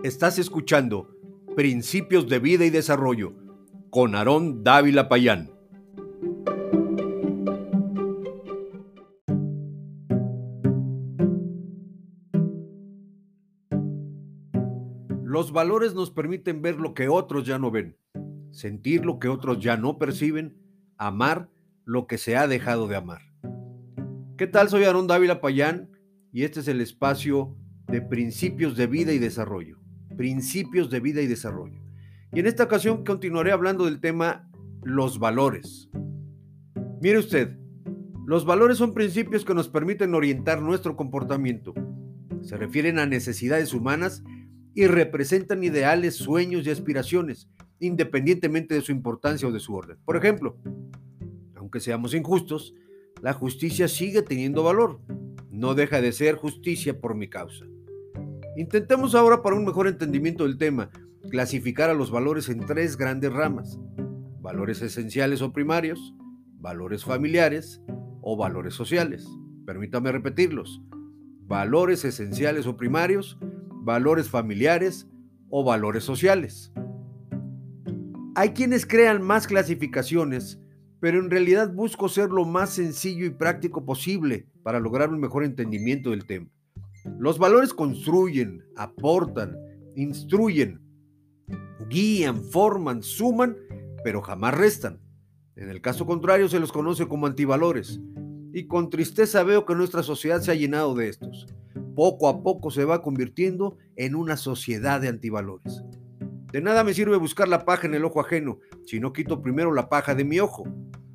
Estás escuchando Principios de Vida y Desarrollo con Aarón Dávila Payán. Los valores nos permiten ver lo que otros ya no ven, sentir lo que otros ya no perciben, amar lo que se ha dejado de amar. ¿Qué tal? Soy Aarón Dávila Payán y este es el espacio de Principios de Vida y Desarrollo. Principios de Vida y Desarrollo. Y en esta ocasión continuaré hablando del tema los valores. Mire usted, los valores son principios que nos permiten orientar nuestro comportamiento. Se refieren a necesidades humanas y representan ideales, sueños y aspiraciones, independientemente de su importancia o de su orden. Por ejemplo, aunque seamos injustos, la justicia sigue teniendo valor. No deja de ser justicia por mi causa. Intentemos ahora, para un mejor entendimiento del tema, clasificar a los valores en tres grandes ramas: valores esenciales o primarios, valores familiares o valores sociales. Permítame repetirlos: valores esenciales o primarios, valores familiares o valores sociales. Hay quienes crean más clasificaciones, pero en realidad busco ser lo más sencillo y práctico posible para lograr un mejor entendimiento del tema. Los valores construyen, aportan, instruyen, guían, forman, suman, pero jamás restan. En el caso contrario se los conoce como antivalores, y con tristeza veo que nuestra sociedad se ha llenado de estos. Poco a poco se va convirtiendo en una sociedad de antivalores. De nada me sirve buscar la paja en el ojo ajeno si no quito primero la paja de mi ojo.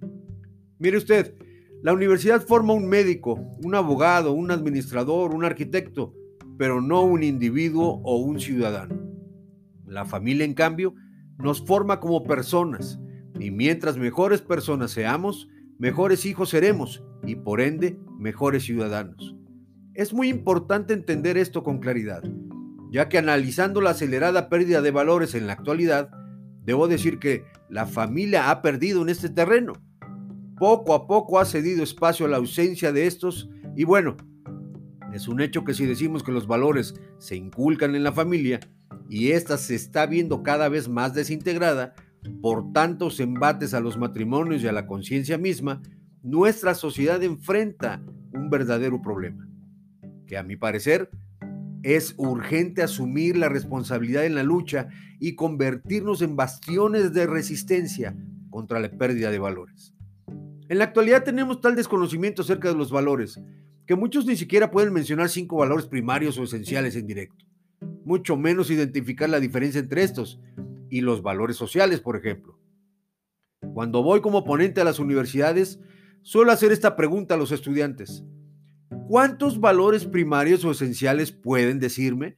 Mire usted, la universidad forma un médico, un abogado, un administrador, un arquitecto, pero no un individuo o un ciudadano. La familia, en cambio, nos forma como personas, y mientras mejores personas seamos, mejores hijos seremos y, por ende, mejores ciudadanos. Es muy importante entender esto con claridad, ya que analizando la acelerada pérdida de valores en la actualidad, debo decir que la familia ha perdido en este terreno. Poco a poco ha cedido espacio a la ausencia de estos y bueno, es un hecho que si decimos que los valores se inculcan en la familia y ésta se está viendo cada vez más desintegrada por tantos embates a los matrimonios y a la conciencia misma, nuestra sociedad enfrenta un verdadero problema, que a mi parecer es urgente asumir la responsabilidad en la lucha y convertirnos en bastiones de resistencia contra la pérdida de valores. En la actualidad tenemos tal desconocimiento acerca de los valores que muchos ni siquiera pueden mencionar 5 valores primarios o esenciales en directo, mucho menos identificar la diferencia entre estos y los valores sociales, por ejemplo. Cuando voy como ponente a las universidades, suelo hacer esta pregunta a los estudiantes: ¿cuántos valores primarios o esenciales pueden decirme?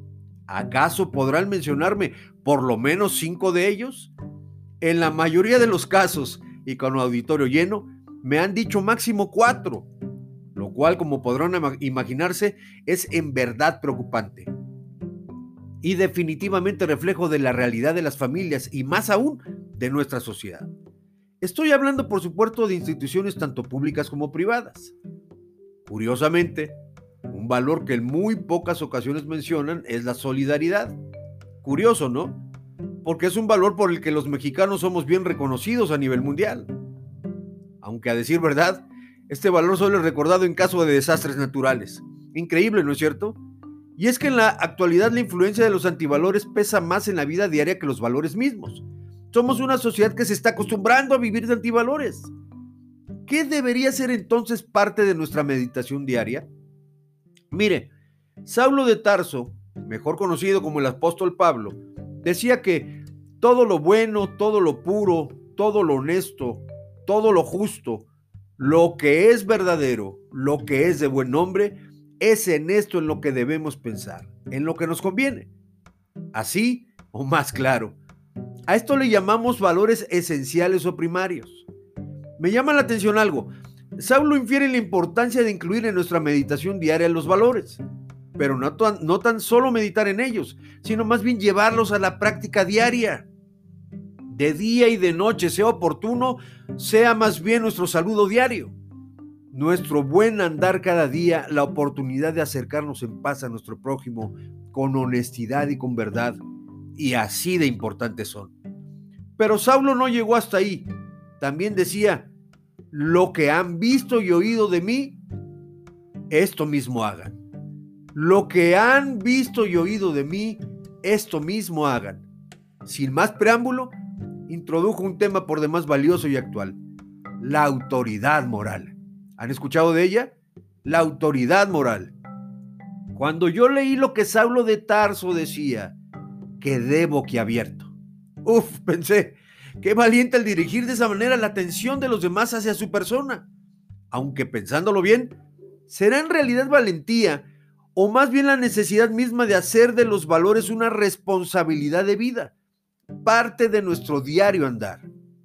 ¿Acaso podrán mencionarme por lo menos 5 de ellos? En la mayoría de los casos, y con auditorio lleno, me han dicho máximo 4, lo cual, como podrán imaginarse, es en verdad preocupante y definitivamente reflejo de la realidad de las familias y más aún de nuestra sociedad. Estoy hablando, por supuesto, de instituciones tanto públicas como privadas. Curiosamente, un valor que en muy pocas ocasiones mencionan es la solidaridad. Curioso, ¿no? Porque es un valor por el que los mexicanos somos bien reconocidos a nivel mundial. Aunque a decir verdad, este valor solo es recordado en caso de desastres naturales. Increíble, ¿no es cierto? Y es que en la actualidad la influencia de los antivalores pesa más en la vida diaria que los valores mismos. Somos una sociedad que se está acostumbrando a vivir de antivalores. ¿Qué debería ser entonces parte de nuestra meditación diaria? Mire, Saulo de Tarso, mejor conocido como el apóstol Pablo, decía que todo lo bueno, todo lo puro, todo lo honesto, todo lo justo, lo que es verdadero, lo que es de buen nombre, es en esto en lo que debemos pensar, en lo que nos conviene. Así o más claro. A esto le llamamos valores esenciales o primarios. Me llama la atención algo. Saulo infiere la importancia de incluir en nuestra meditación diaria los valores, pero no tan solo meditar en ellos, sino más bien llevarlos a la práctica diaria. De día y de noche, sea oportuno, sea más bien nuestro saludo diario, nuestro buen andar cada día, la oportunidad de acercarnos en paz a nuestro prójimo con honestidad y con verdad, y así de importantes son. Pero Saulo no llegó hasta ahí. También decía: lo que han visto y oído de mí, esto mismo hagan. Lo que han visto y oído de mí, esto mismo hagan. Sin más preámbulo, introdujo un tema por demás valioso y actual: la autoridad moral. ¿Han escuchado de ella? La autoridad moral. Cuando yo leí lo que Saulo de Tarso decía, quedé boquiabierto. Pensé, qué valiente al dirigir de esa manera la atención de los demás hacia su persona. Aunque pensándolo bien, ¿será en realidad valentía o más bien la necesidad misma de hacer de los valores una responsabilidad de vida, parte de nuestro diario andar?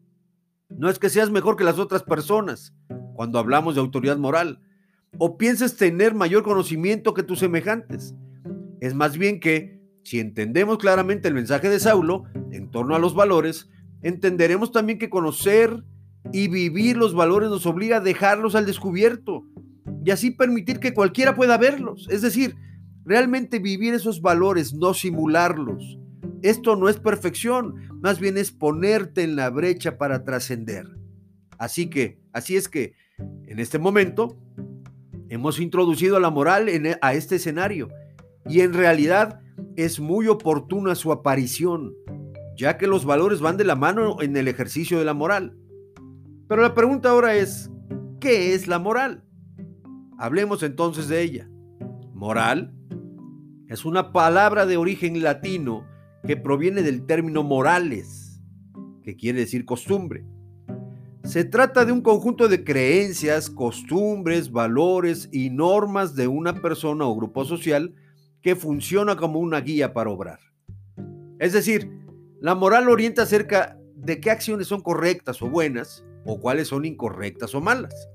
No es que seas mejor que las otras personas cuando hablamos de autoridad moral, o pienses tener mayor conocimiento que tus semejantes. Es más bien que, si entendemos claramente el mensaje de Saulo en torno a los valores, entenderemos también que conocer y vivir los valores nos obliga a dejarlos al descubierto y así permitir que cualquiera pueda verlos. Es decir, realmente vivir esos valores, no simularlos. Esto no es perfección, más bien es ponerte en la brecha para trascender. Así es que, en este momento, hemos introducido la moral a este escenario, y en realidad es muy oportuna su aparición, ya que los valores van de la mano en el ejercicio de la moral. Pero la pregunta ahora es, ¿qué es la moral? Hablemos entonces de ella. Moral es una palabra de origen latino que proviene del término morales, que quiere decir costumbre. Se trata de un conjunto de creencias, costumbres, valores y normas de una persona o grupo social que funciona como una guía para obrar. Es decir, la moral orienta acerca de qué acciones son correctas o buenas o cuáles son incorrectas o malas.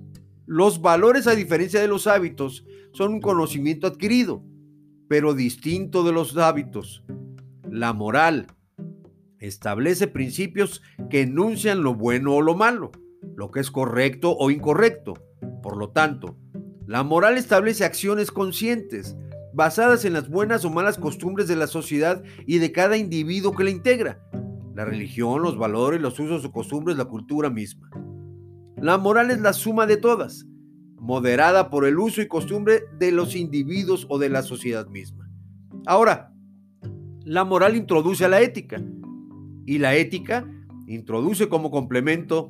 Los valores, a diferencia de los hábitos, son un conocimiento adquirido, pero distinto de los hábitos. La moral establece principios que enuncian lo bueno o lo malo, lo que es correcto o incorrecto. Por lo tanto, la moral establece acciones conscientes, basadas en las buenas o malas costumbres de la sociedad y de cada individuo que la integra: la religión, los valores, los usos o costumbres, la cultura misma. La moral es la suma de todas, moderada por el uso y costumbre de los individuos o de la sociedad misma. Ahora, la moral introduce a la ética, y la ética la introduce como complemento,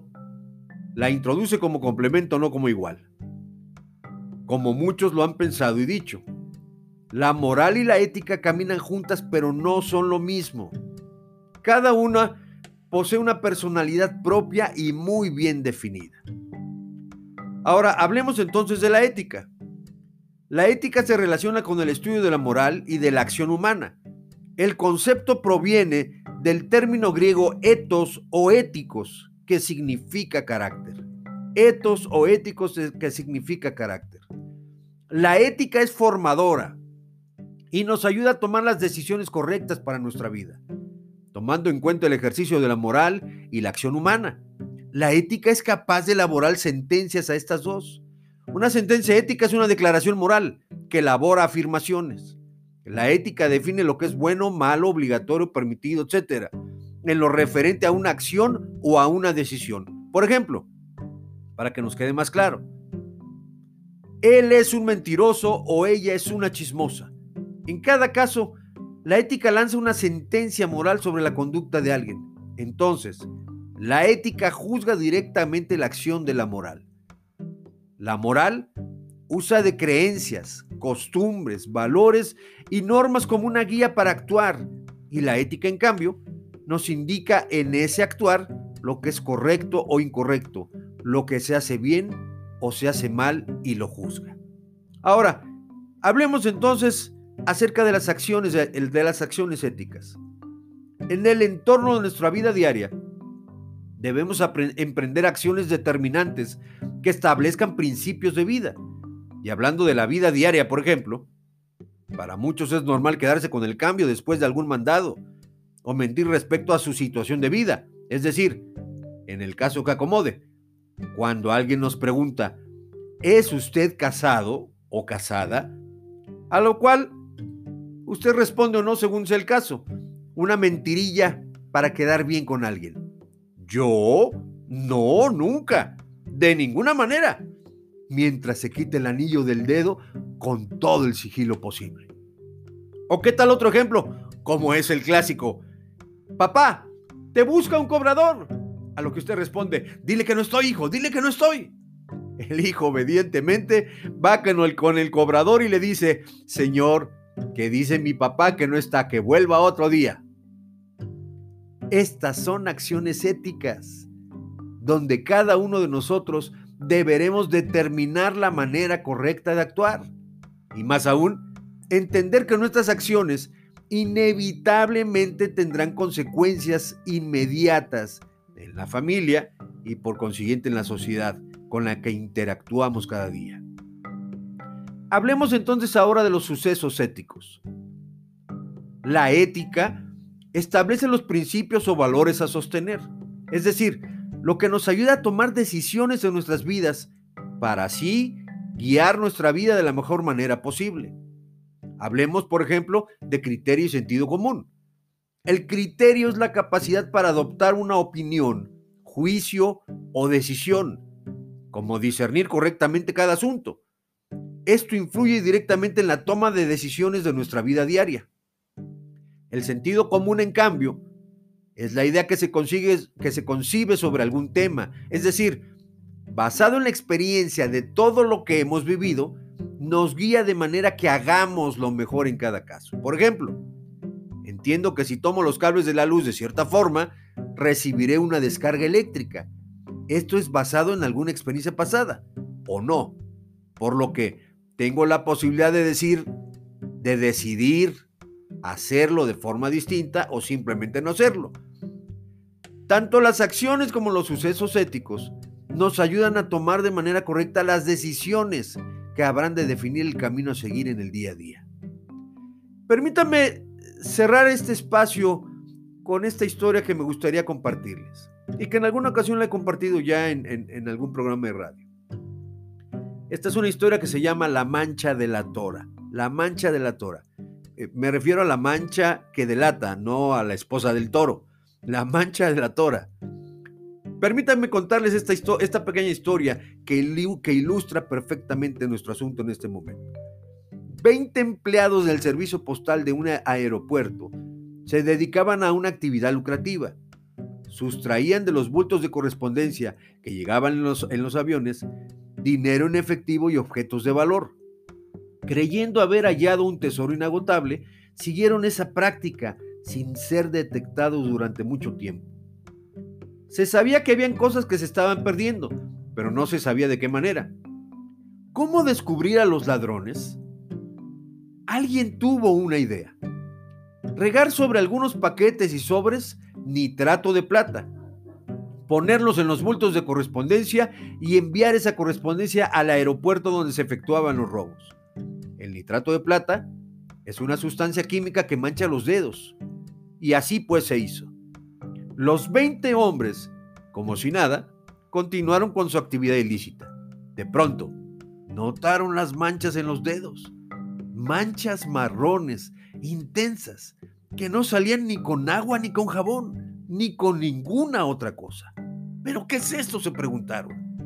no como igual. Como muchos lo han pensado y dicho, la moral y la ética caminan juntas, pero no son lo mismo. Cada una posee una personalidad propia y muy bien definida. Ahora, hablemos entonces de la ética. La ética se relaciona con el estudio de la moral y de la acción humana. El concepto proviene del término griego ethos o éticos, que significa carácter. Ethos o éticos, que significa carácter. La ética es formadora y nos ayuda a tomar las decisiones correctas para nuestra vida, tomando en cuenta el ejercicio de la moral y la acción humana. La ética es capaz de elaborar sentencias a estas dos. Una sentencia ética es una declaración moral que elabora afirmaciones. La ética define lo que es bueno, malo, obligatorio, permitido, etc., en lo referente a una acción o a una decisión. Por ejemplo, para que nos quede más claro, él es un mentiroso o ella es una chismosa. En cada caso, la ética lanza una sentencia moral sobre la conducta de alguien. Entonces, la ética juzga directamente la acción de la moral. La moral usa de creencias, costumbres, valores y normas como una guía para actuar, y la ética, en cambio, nos indica en ese actuar lo que es correcto o incorrecto, lo que se hace bien o se hace mal, y lo juzga. Ahora, hablemos entonces acerca de las acciones éticas. En el entorno de nuestra vida diaria, debemos emprender acciones determinantes que establezcan principios de vida. Y hablando de la vida diaria, por ejemplo, para muchos es normal quedarse con el cambio después de algún mandado o mentir respecto a su situación de vida. Es decir, en el caso que acomode, cuando alguien nos pregunta, ¿es usted casado o casada? A lo cual Usted responde o no según sea el caso. Una mentirilla para quedar bien con alguien. ¿Yo? No, nunca. De ninguna manera. Mientras se quite el anillo del dedo con todo el sigilo posible. ¿O qué tal otro ejemplo? Como es el clásico. Papá, te busca un cobrador. A lo que usted responde, dile que no estoy, hijo, dile que no estoy. El hijo obedientemente va con el cobrador y le dice, señor, que dice mi papá que no está, que vuelva otro día. Estas son acciones éticas, donde cada uno de nosotros deberemos determinar la manera correcta de actuar. Y más aún, entender que nuestras acciones inevitablemente tendrán consecuencias inmediatas en la familia y por consiguiente en la sociedad con la que interactuamos cada día. Hablemos entonces ahora de los sucesos éticos. La ética establece los principios o valores a sostener, es decir, lo que nos ayuda a tomar decisiones en nuestras vidas para así guiar nuestra vida de la mejor manera posible. Hablemos, por ejemplo, de criterio y sentido común. El criterio es la capacidad para adoptar una opinión, juicio o decisión, como discernir correctamente cada asunto. Esto influye directamente en la toma de decisiones de nuestra vida diaria. El sentido común, en cambio, es la idea que se concibe sobre algún tema, es decir, basado en la experiencia de todo lo que hemos vivido, nos guía de manera que hagamos lo mejor en cada caso. Por ejemplo, entiendo que si tomo los cables de la luz de cierta forma, recibiré una descarga eléctrica. Esto es basado en alguna experiencia pasada, o no, por lo que tengo la posibilidad de decidir hacerlo de forma distinta o simplemente no hacerlo. Tanto las acciones como los sucesos éticos nos ayudan a tomar de manera correcta las decisiones que habrán de definir el camino a seguir en el día a día. Permítanme cerrar este espacio con esta historia que me gustaría compartirles y que en alguna ocasión la he compartido ya en algún programa de radio. Esta es una historia que se llama La Mancha de la Tora. La Mancha de la Tora. Me refiero a la mancha que delata, no a la esposa del toro. La Mancha de la Tora. Permítanme contarles esta pequeña historia que ilustra perfectamente nuestro asunto en este momento. 20 empleados del servicio postal de un aeropuerto se dedicaban a una actividad lucrativa. Sustraían de los bultos de correspondencia que llegaban en los aviones dinero en efectivo y objetos de valor. Creyendo haber hallado un tesoro inagotable, siguieron esa práctica sin ser detectados durante mucho tiempo. Se sabía que habían cosas que se estaban perdiendo, pero no se sabía de qué manera. ¿Cómo descubrir a los ladrones? Alguien tuvo una idea. Regar sobre algunos paquetes y sobres nitrato de plata, ponerlos en los bultos de correspondencia y enviar esa correspondencia al aeropuerto donde se efectuaban los robos. El nitrato de plata es una sustancia química que mancha los dedos, y así pues se hizo. Los 20 hombres, como si nada, continuaron con su actividad ilícita. De pronto, notaron las manchas en los dedos, manchas marrones, intensas, que no salían ni con agua ni con jabón, ni con ninguna otra cosa. ¿Pero qué es esto?, se preguntaron.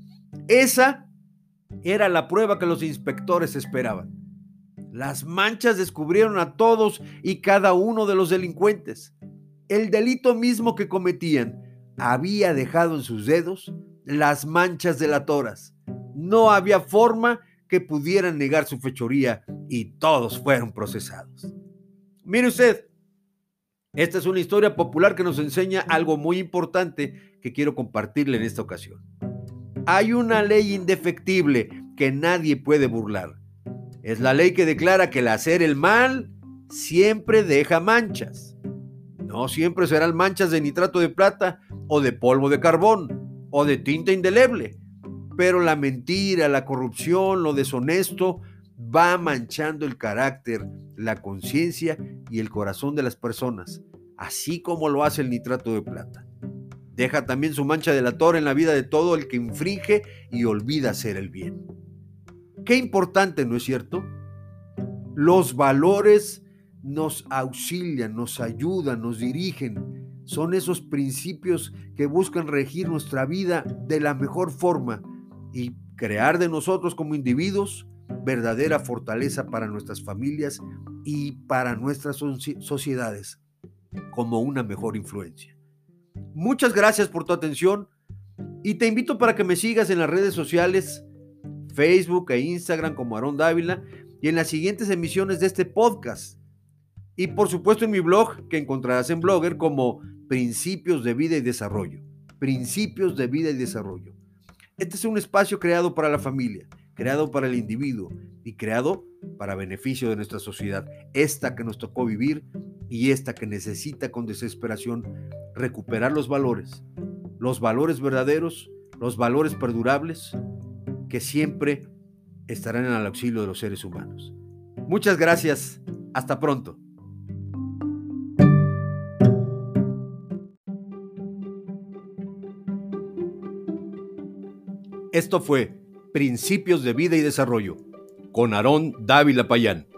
Esa era la prueba que los inspectores esperaban. Las manchas descubrieron a todos y cada uno de los delincuentes. El delito mismo que cometían había dejado en sus dedos las manchas delatoras. No había forma que pudieran negar su fechoría y todos fueron procesados. Mire usted, esta es una historia popular que nos enseña algo muy importante que quiero compartirle en esta ocasión. Hay una ley indefectible que nadie puede burlar. Es la ley que declara que el hacer el mal siempre deja manchas. No siempre serán manchas de nitrato de plata o de polvo de carbón o de tinta indeleble, pero la mentira, la corrupción, lo deshonesto va manchando el carácter, la conciencia y el corazón de las personas, así como lo hace el nitrato de plata. Deja también su mancha delatora en la vida de todo el que infringe y olvida hacer el bien. Qué importante, ¿no es cierto? Los valores nos auxilian, nos ayudan, nos dirigen. Son esos principios que buscan regir nuestra vida de la mejor forma y crear de nosotros como individuos verdadera fortaleza para nuestras familias y para nuestras sociedades como una mejor influencia. Muchas gracias por tu atención y te invito para que me sigas en las redes sociales, Facebook e Instagram como Aarón Dávila, y en las siguientes emisiones de este podcast. Y por supuesto en mi blog, que encontrarás en Blogger como Principios de Vida y Desarrollo. Principios de Vida y Desarrollo. Este es un espacio creado para la familia, creado para el individuo y creado para beneficio de nuestra sociedad, esta que nos tocó vivir y esta que necesita con desesperación recuperar los valores verdaderos, los valores perdurables que siempre estarán en el auxilio de los seres humanos. Muchas gracias. Hasta pronto. Esto fue Principios de Vida y Desarrollo con Aarón Dávila Payán.